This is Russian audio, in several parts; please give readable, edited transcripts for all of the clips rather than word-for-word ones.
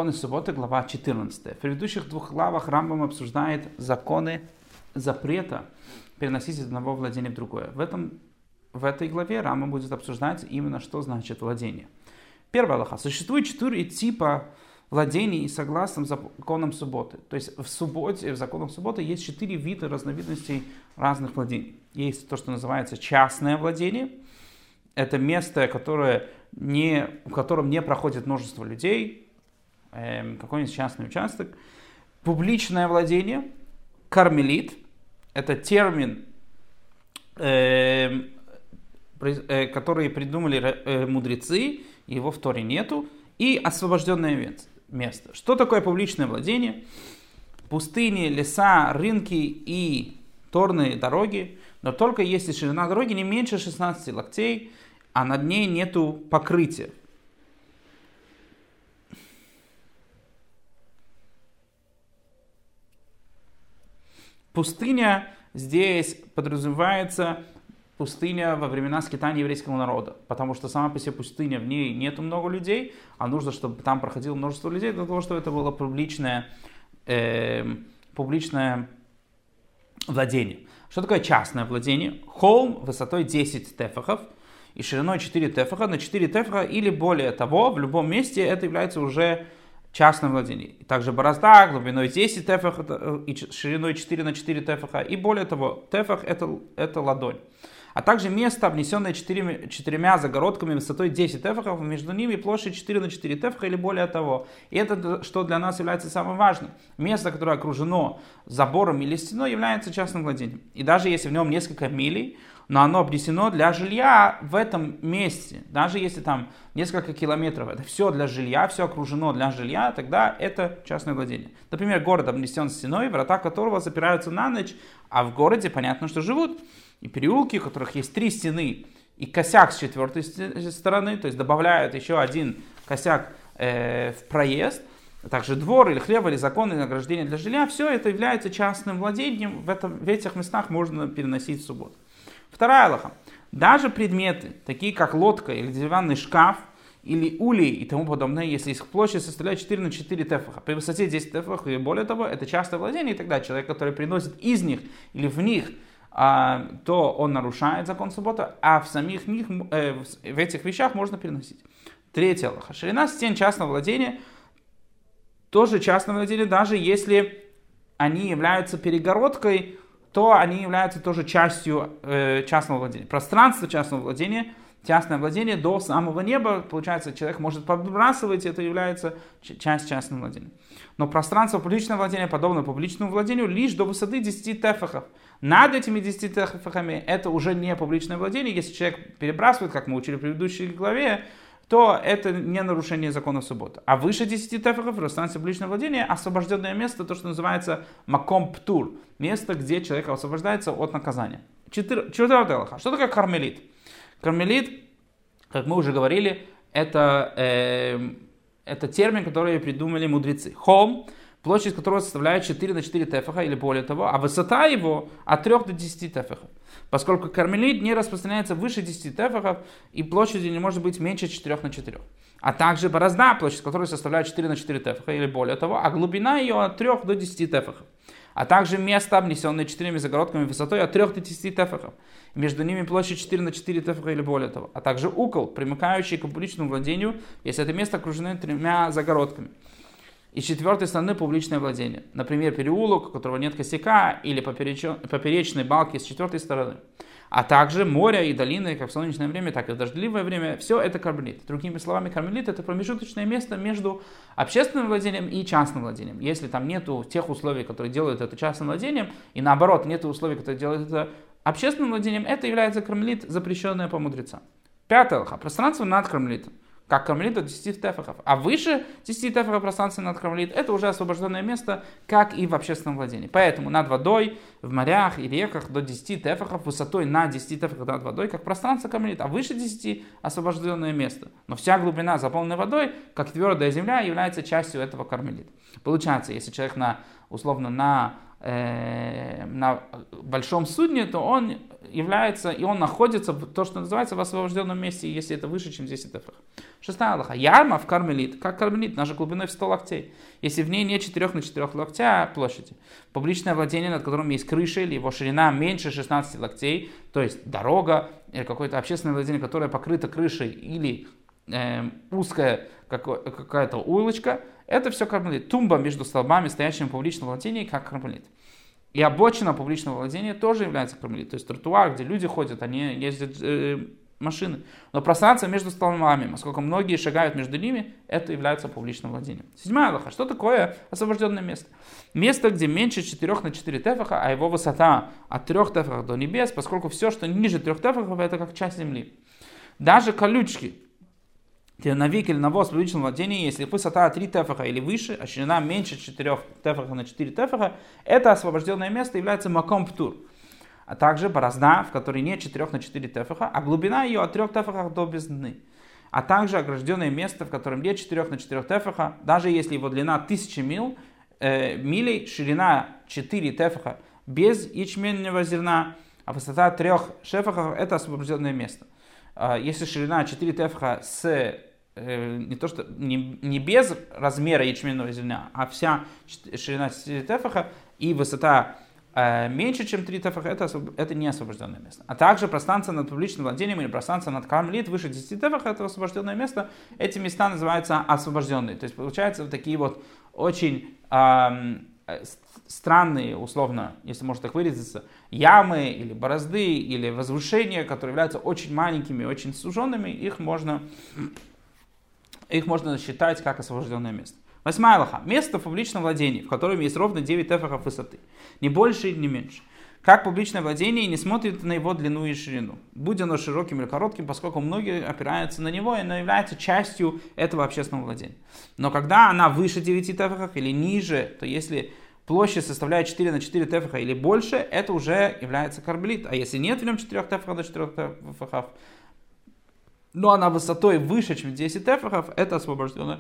законы субботы, глава 14. В предыдущих двух главах Рамбам обсуждает законы запрета переносить из одного владения в другое. В этой главе Рамбам будет обсуждать именно, что значит владение. Первая алаха. Существует 4 типа владений согласно законам субботы. То есть в законах субботы есть 4 вида разновидностей разных владений. Есть то, что называется частное владение. Это место, в котором не проходит множество людей. Какой-нибудь частный участок. Публичное владение. Кармелит. Это термин, который придумали мудрецы. Его в Торе нету. И освобожденное место. Что такое публичное владение? Пустыни, леса, рынки и торные дороги. Но только если ширина дороги не меньше 16 локтей, а над ней нету покрытия. Пустыня здесь подразумевается пустыня во времена скитания еврейского народа, потому что сама по себе пустыня, в ней нету много людей, а нужно, чтобы там проходило множество людей, для того, чтобы это было публичное владение. Что такое частное владение? Холм высотой 10 тефахов и шириной 4 тефаха на 4 тефаха или более того, в любом месте это является уже частное владение. И также борозда глубиной 10 тефах и шириной 4 на 4 тефаха и более того, тефах это ладонь. А также место, обнесенное 4 загородками высотой 10 тефахов, между ними площадь 4 на 4 тефаха или более того. И это, что для нас является самым важным. Место, которое окружено забором или стеной, является частным владением. И даже если в нем несколько милей, но оно обнесено для жилья в этом месте, даже если там несколько километров, это все для жилья, все окружено для жилья, тогда это частное владение. Например, город обнесен стеной, врата которого запираются на ночь, а в городе понятно, что живут. И переулки, у которых есть 3 стены, и косяк с 4 стороны, то есть добавляют еще один косяк в проезд, а также двор или хлеб, или законные награждения для жилья, все это является частным владением, в этих местах можно переносить в субботу. Вторая алаха. Даже предметы, такие как лодка или деревянный шкаф, или улей и тому подобное, если их площадь составляет 4 на 4 тефаха, при высоте 10 тефахов и более того, это частное владение, и тогда человек, который приносит из них или в них, то он нарушает закон субботы, а в самих них, в этих вещах можно переносить. Третья алаха. Ширина стен частного владения, тоже частное владение, даже если они являются перегородкой, то они являются тоже частью частного владения. Пространство частного владения, частное владение до самого неба, получается, человек может подбрасывать, это является часть частного владения. Но пространство публичного владения подобно публичному владению лишь до высоты 10 тефахов. Над этими 10 тефахами это уже не публичное владение. Если человек перебрасывает, как мы учили в предыдущей главе, то это не нарушение закона субботы. А выше 10 тефахов пространство публичного владения освобожденное место, то, что называется маком птур, место, где человек освобождается от наказания. Четвертая алаха. Что такое кармелит? Кармелит, как мы уже говорили, это термин, который придумали мудрецы. Холм, площадь которого составляет 4 на 4 тефаха или более того, а высота его от 3 до 10 тефахов. Поскольку кармелит не распространяется выше 10 тефахов, и площадь не может быть меньше 4 на 4. А также борозда, площадь которой составляет 4 на 4 тефаха или более того, а глубина ее от 3 до 10 тефахов. А также место, обнесенное 4 загородками высотой от 3 до 10 тефахов. Между ними площадь 4 на 4 тефаха или более того. А также угол, примыкающий к публичному владению, если это место окружено 3 загородками. И с 4 стороны публичное владение. Например, переулок, у которого нет косяка, или поперечной балки с 4 стороны. А также море и долины, как в солнечное время, так и в дождливое время. Все это кармелит. Другими словами, кармелит это промежуточное место между общественным владением и частным владением. Если там нету тех условий, которые делают это частным владением, и наоборот, нету условий, которые делают это общественным владением, это является кармелит, запрещенное по мудрецам. Пятая алаха. Пространство над кармелитом. Как кармелит до 10 тефахов. А выше 10 тефахов пространства над кармелит это уже освобожденное место, как и в общественном владении. Поэтому над водой, в морях и реках до 10 тефахов, высотой на 10 тефахов над водой, как пространство кармелит. А выше 10 освобожденное место. Но вся глубина, заполненная водой, как твердая земля, является частью этого кармелита. Получается, если человек условно на на большом судне, то он является, и он находится в то, что называется в освобожденном месте, если это выше, чем 10 тефах. 6-я алаха. Ярма в кармелит, как кармелит, наша глубиной в 100 локтей. Если в ней нет 4 на 4 локтя площади. Публичное владение, над которым есть крыша, или его ширина меньше 16 локтей, то есть дорога, или какое-то общественное владение, которое покрыто крышей, или узкая какая-то улочка, это все кармелит. Тумба между столбами, стоящими в публичном владении, как кармелит. И обочина публичного владения тоже является кармелит. То есть тротуар, где люди ходят, они ездят машины. Но пространство между столбами, поскольку многие шагают между ними, это является публичным владением. 7-я алаха. Что такое освобожденное место? Место, где меньше 4 на 4 тефаха, а его высота от 3 тефахов до небес, поскольку все, что ниже 3 тефахов, это как часть земли. Даже колючки, навик или навоз в публичном владении, если высота 3 тефаха или выше, а ширина меньше 4 тефаха на 4 тефаха, это освобожденное место является маком птур. А также борозда, в которой нет 4 на 4 тефаха, а глубина ее от 3 тефахов до бездны. А также огражденное место, в котором нет 4 на 4 тефаха, даже если его длина 1000 милей, ширина 4 тефаха без ячменного зерна, а высота 3 шефахов, это освобожденное место. Если ширина 4 тефаха с не без размера ячменного зерна, а вся ширина 4 тефаха и высота меньше, чем 3 тефаха, это не освобожденное место. А также пространство над публичным владением или пространство над кармелит выше 10 тефаха, это освобожденное место. Эти места называются освобожденные. То есть получается вот такие вот очень странные, условно, если можно так выразиться, ямы или борозды или возвышения, которые являются очень маленькими, очень суженными, их можно считать как освобожденное место. 8-я алаха. Место в публичном владении, в котором есть ровно 9 тефахов высоты. Не больше и не меньше. Как публичное владение не смотрит на его длину и ширину. Будь оно широким или коротким, поскольку многие опираются на него, и оно является частью этого общественного владения. Но когда она выше 9 тефахов или ниже, то если площадь составляет 4 на 4 тефаха или больше, это уже является кармелит. А если нет в нем 4 тефахов до 4 тефахов, но она высотой выше, чем 10 тефахов, это освобожденное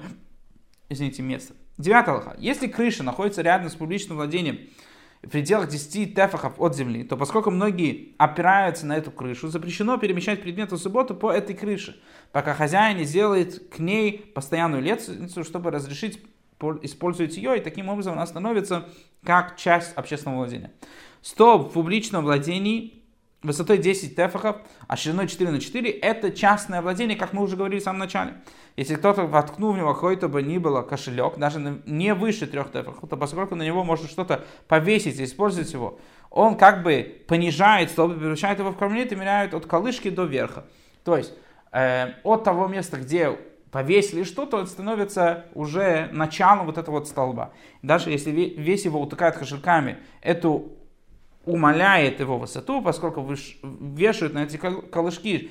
место. 9-я алаха. Если крыша находится рядом с публичным владением в пределах 10 тефахов от земли, то поскольку многие опираются на эту крышу, запрещено перемещать предметы в субботу по этой крыше, пока хозяин не сделает к ней постоянную лестницу, чтобы разрешить использовать ее, и таким образом она становится как часть общественного владения. Столб в публичном владении высотой 10 тефахов, а шириной 4 на 4, это частное владение, как мы уже говорили в самом начале. Если кто-то воткнул в него какой-то бы ни было кошелек, даже не выше 3 тефахов, то поскольку на него можно что-то повесить и использовать его, он как бы понижает столб, превращает его в кармелит и меряет от колышки до верха. То есть от того места, где повесили что-то, он становится уже началом вот этого вот столба. Даже если весь его утыкает кошельками, эту умаляет его высоту, поскольку вешают на эти колышки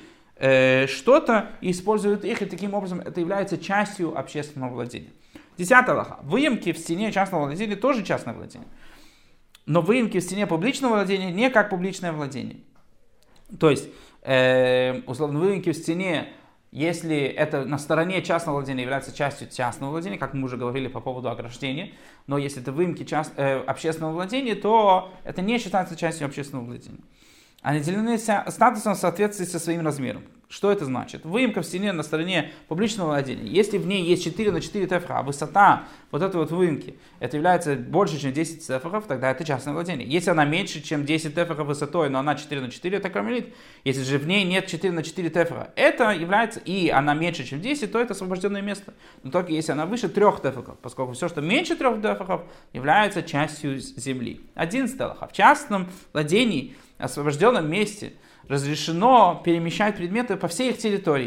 что-то и используют их, и таким образом это является частью общественного владения. 10-я алаха. Выемки в стене частного владения тоже частное владение. Но выемки в стене публичного владения не как публичное владение. То есть, условно, выемки в стене, если это на стороне частного владения, является частью частного владения, как мы уже говорили по поводу ограждения, но если это выемки общественного владения, то это не считается частью общественного владения. Они наделены статусом в соответствии со своим размером. Что это значит? Выемка в стене на стороне публичного владения. Если в ней есть 4 на 4 тефаха, а высота вот этой вот выемки, это является больше, чем 10 тефахов, тогда это частное владение. Если она меньше, чем 10 тефахов высотой, но она 4 на 4, это кармелит. Если же в ней нет 4 на 4 тефаха, это является, и она меньше, чем 10, то это освобожденное место. Но только если она выше 3 тефахов, поскольку все, что меньше 3 тефахов, является частью земли. 11-я алаха. В частном владении, освобожденном месте, разрешено перемещать предметы по всей их территории.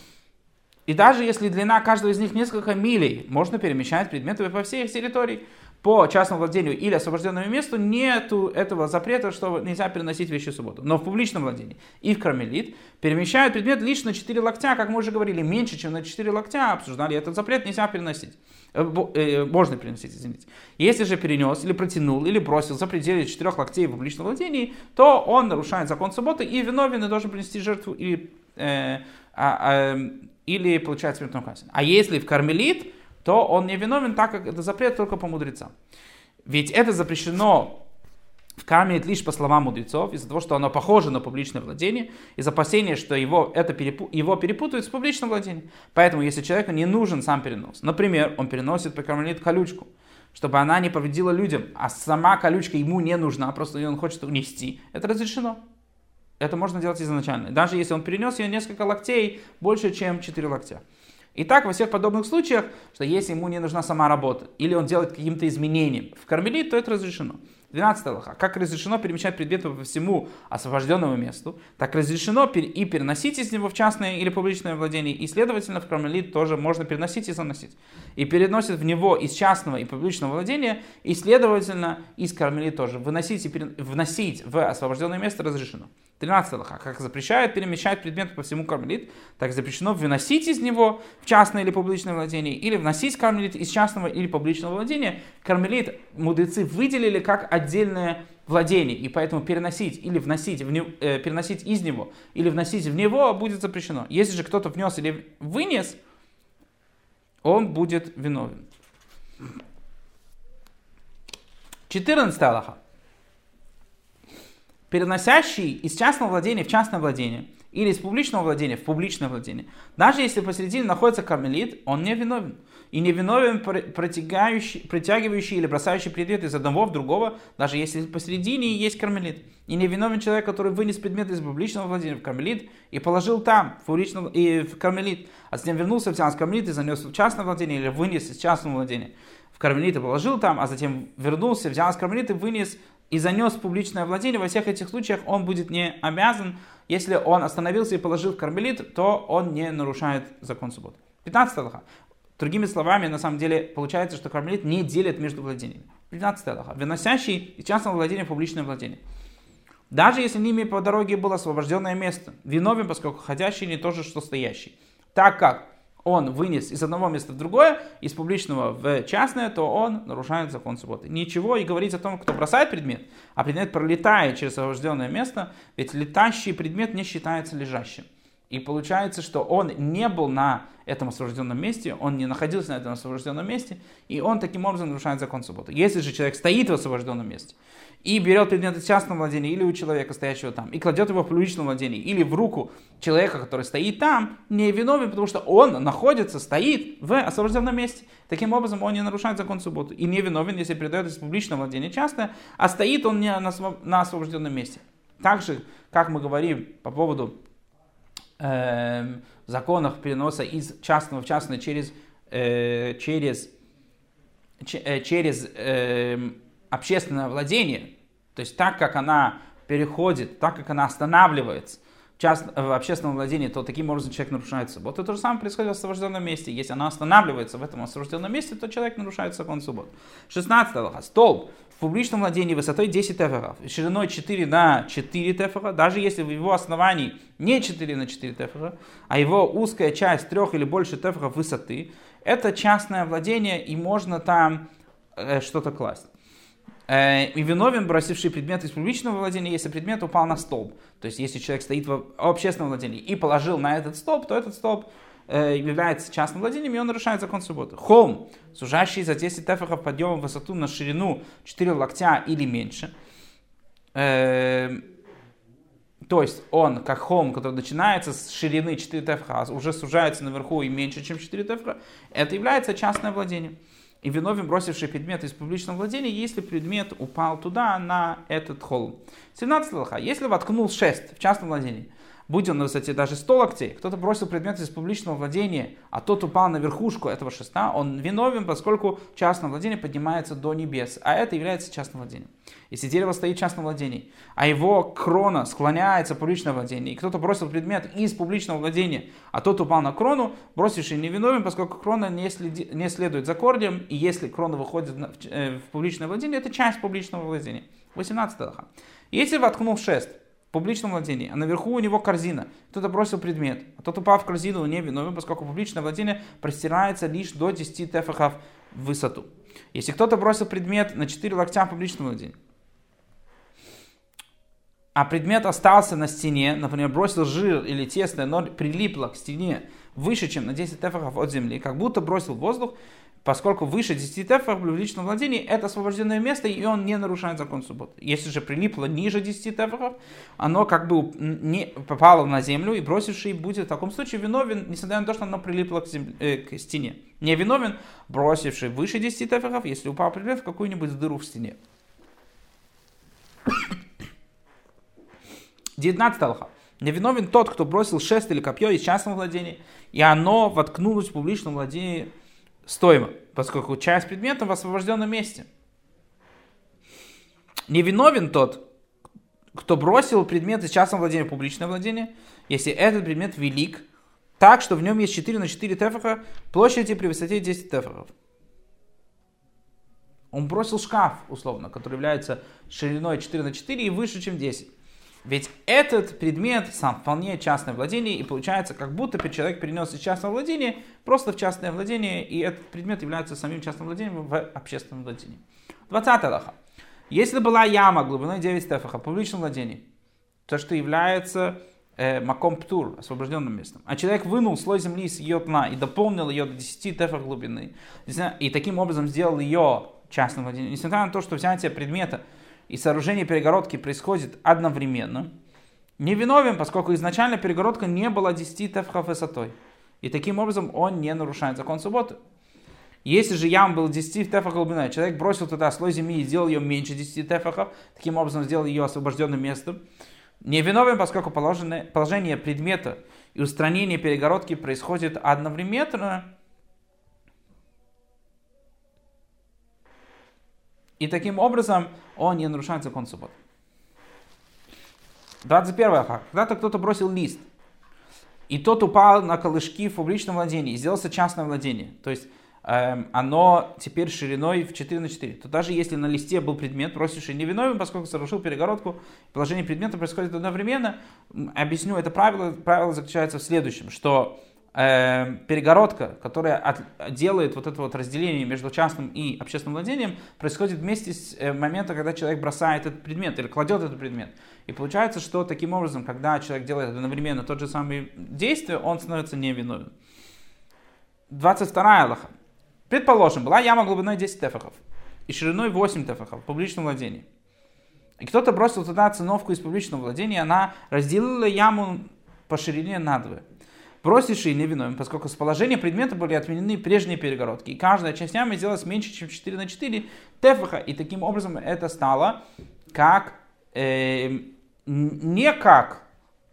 И даже если длина каждого из них несколько милей, можно перемещать предметы по всей их территории. По частному владению или освобожденному месту нету этого запрета, что нельзя переносить вещи в субботу. Но в публичном владении и в кармелит перемещают предмет лишь на 4 локтя, как мы уже говорили, меньше, чем на 4 локтя, обсуждали этот запрет, нельзя переносить. Можно переносить, извините. Если же перенес, или протянул, или бросил за пределы 4 локтей в публичном владении, то он нарушает закон субботы и виновен и должен принести жертву или получает смертную казнь. А если в кармелит, то он не виновен, так как это запрет только по мудрецам. Ведь это запрещено вкармливает лишь по словам мудрецов, из-за того, что оно похоже на публичное владение, из опасения, что его перепутают с публичным владением. Поэтому, если человеку не нужен сам перенос, например, он переносит по кармелит колючку, чтобы она не повредила людям, а сама колючка ему не нужна, просто он хочет унести, это разрешено. Это можно делать изначально. Даже если он перенес ее несколько локтей, больше, чем 4 локтя. И так во всех подобных случаях, что если ему не нужна сама работа, или он делает каким-то изменением в кармелит, то это разрешено. 12 алаха. Как разрешено перемещать предметы по всему освобожденному месту, так разрешено и переносить из него в частное или публичное владение, и, следовательно, в кармелит тоже можно переносить и заносить. И переносит в него из частного и публичного владения, и, следовательно, из кармелит тоже. Выносить и вносить в освобожденное место разрешено. 13 алаха. Как запрещает перемещать предметы по всему кармелит, так запрещено выносить из него в частное или публичное владение, или вносить кармелит из частного или публичного владения. Кармелит мудрецы выделили как отдельное владение, и поэтому переносить или вносить, переносить из него или вносить в него будет запрещено. Если же кто-то внес или вынес, он будет виновен. 14 алаха. Переносящий из частного владения в частное владение или из публичного владения в публичное владение, даже если посередине находится кармелит, он не виновен. И не виновен притягивающий или бросающий предмет из одного в другого, даже если посередине есть кармелит. И не виновен человек, который вынес предмет из публичного владения в кармелит и положил там, в кармелит, а затем вернулся, взял с кармелит и занес в частное владение, или вынес из частного владения в кармелит и положил там, а затем вернулся, взял с кармелит и вынес и занес в публичное владение. Во всех этих случаях он будет не обязан. Если он остановился и положил в кармелит, то он не нарушает закон субботы. 15 алаха. Другими словами, на самом деле, получается, что кармелит не делит между владениями. 15 алаха. Выносящий из частного владения в публичное владение. Даже если ними по дороге было освобожденное место, виновен, поскольку ходящий не то же, что стоящий. Так как он вынес из одного места в другое, из публичного в частное, то он нарушает закон субботы. Ничего и говорить о том, кто бросает предмет, а предмет пролетает через освобожденное место, ведь летающий предмет не считается лежащим. И получается, что он не был на этом освобожденном месте, он не находился на этом освобожденном месте, и он таким образом нарушает закон субботы. Если же человек стоит в освобожденном месте и берет предмет из частного владения или у человека, стоящего там, и кладет его в публичном владении, или в руку человека, который стоит там, не виновен, потому что он находится, стоит в освобожденном месте. Таким образом, он не нарушает закон субботы. И не виновен, если передает из публичного владения частное, а стоит он не на освобожденном месте. Так же, как мы говорим по поводу законах переноса из частного в частное через общественное владение, то есть так как она переходит, так как она останавливается в общественном владении, то таким образом человек нарушает субботу. То же самое происходит в освобожденном месте. Если она останавливается в этом освобожденном месте, то человек нарушает закон субботы. 16 алаха. Столб в публичном владении высотой 10 тефахов, шириной 4 на 4 тефаха, даже если в его основании не 4 на 4 тефаха, а его узкая часть 3 или больше тефахов высоты, это частное владение, и можно там что-то класть. И виновен, бросивший предмет из публичного владения, если предмет упал на столб. То есть, если человек стоит в общественном владении и положил на этот столб, то этот столб является частным владением, и он нарушает закон субботы. Холм, сужащий за 10 тефахов подъемом в высоту на ширину 4 локтя или меньше. То есть, он, как холм, который начинается с ширины 4 тефаха, а уже сужается наверху и меньше, чем 4 тефаха, это является частное владение. И виновен, бросивший предмет из публичного владения, если предмет упал туда, на этот холм. 17 алаха. Если воткнул шест в частном владении, будь он на высоте даже 100 локтей, кто-то бросил предмет из публичного владения, а тот упал на верхушку этого шеста, он виновен, поскольку частное владение поднимается до небес, а это является частным владением. Если дерево стоит в частном владении, а его крона склоняется в публичное владение, и кто-то бросил предмет из публичного владения, а тот упал на крону, бросивший не виновен, поскольку крона не следует за корнем, и если крона выходит в публичное владение, это часть публичного владения. 18 алаха. Если воткнул шест в публичном владении, а наверху у него корзина, кто-то бросил предмет, а тот упал в корзину, не виновен, поскольку публичное владение простирается лишь до 10 тефахов в высоту. Если кто-то бросил предмет на 4 локтя в публичном владении, а предмет остался на стене, например, бросил жир или тесто, но прилипло к стене выше, чем на 10 тефахов от земли, как будто бросил воздух, поскольку выше 10 тефахов в личном владении это освобожденное место, и он не нарушает закон субботы. Если же прилипло ниже 10 тефахов, оно как бы не попало на землю, и бросивший будет в таком случае виновен, несмотря на то, что оно прилипло к стене. Не виновен бросивший выше 10 тефахов, если упал предмет в какую-нибудь дыру в стене. 19 алаха. Невиновен тот, кто бросил шест или копье из частного владения, и оно воткнулось в публичном владении стоимо, поскольку часть предмета в освобожденном месте. Невиновен тот, кто бросил предмет из частного владения в публичное владение, если этот предмет велик, так, что в нем есть 4 на 4 тефаха, площади при высоте 10 тефахов. Он бросил шкаф, условно, который является шириной 4 на 4 и выше, чем 10. Ведь этот предмет сам вполне частное владение, и получается, как будто человек перенес из частного владения просто в частное владение, и этот предмет является самим частным владением в общественном владении. 20 алаха. Если была яма глубиной 9 тефахов в публичном владении, то что является маком птур, освобожденным местом, а человек вынул слой земли с ее дна и дополнил ее до 10 тефах глубины, и таким образом сделал ее частным владением, несмотря на то, что взятие предмета и сооружение перегородки происходит одновременно, невиновен, поскольку изначально перегородка не была 10 тефахов высотой. И таким образом он не нарушает закон субботы. Если же яма была 10 тефахов глубиной, человек бросил туда слой земли и сделал ее меньше 10 тефахов, таким образом сделал ее освобожденным местом, невиновен, поскольку положение предмета и устранение перегородки происходит одновременно, и таким образом он не нарушает закон субботы. 21 алаха. Когда-то кто-то бросил лист, и тот упал на колышки в публичном владении, и сделался частное владение. То есть оно теперь шириной в 4 на 4. То даже если на листе был предмет, бросивший невиновен, поскольку совершил перегородку, положение предмета происходит одновременно. Объясню это правило. Правило заключается в следующем, что перегородка, которая делает вот это вот разделение между частным и общественным владением, происходит вместе с моментом, когда человек бросает этот предмет или кладет этот предмет. И получается, что таким образом, когда человек делает одновременно тот же самый действие, он становится невиновен. 22 алаха. Предположим, была яма глубиной 10 тефахов и шириной 8 тефахов в публичном владении. И кто-то бросил туда циновку из публичного владения, она разделила яму по ширине надвое. Бросивший невиновен, поскольку с положения предмета были отменены прежние перегородки. И каждая часть ямы сделалась меньше, чем 4 на 4 тефаха. И таким образом это стало как, не как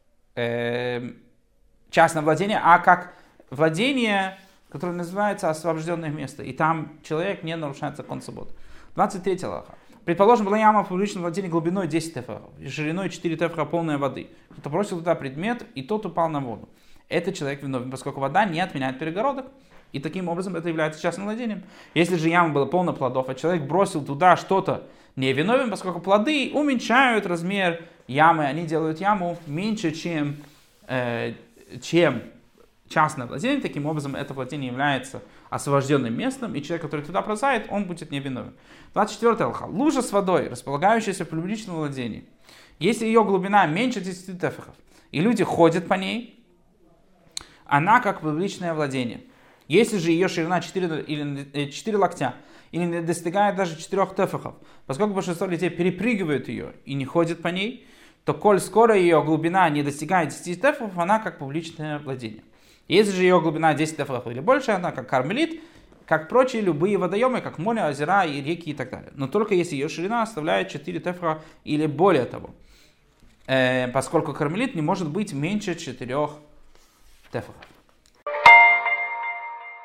частное владение, а как владение, которое называется освобожденное место. И там человек не нарушает закон субботы. 23 алаха. Предположим, была яма в публичном владении глубиной 10 тефахов и шириной 4 тефаха полной воды. Кто-то бросил туда предмет, и тот упал на воду. Этот человек виновен, поскольку вода не отменяет перегородок, и таким образом это является частным владением. Если же яма была полна плодов, а человек бросил туда что-то, не виновен, поскольку плоды уменьшают размер ямы, они делают яму меньше, чем частное владение, таким образом это владение является освобожденным местом, и человек, который туда бросает, он будет невиновен. 24 алаха. Лужа с водой, располагающаяся в публичном владении, если ее глубина меньше 10 тефахов, и люди ходят по ней, она как публичное владение. Если же ее ширина 4 локтя или не достигает даже 4 тефахов, поскольку большинство людей перепрыгивают ее и не ходят по ней, то коль скоро ее глубина не достигает 10 тефахов, она как публичное владение. Если же ее глубина 10 тефахов или больше, она как кармелит, как прочие любые водоемы, как море, озера и реки и так далее. Но только если ее ширина составляет 4 тефаха или более того. Поскольку кармелит не может быть меньше 4 тефахов.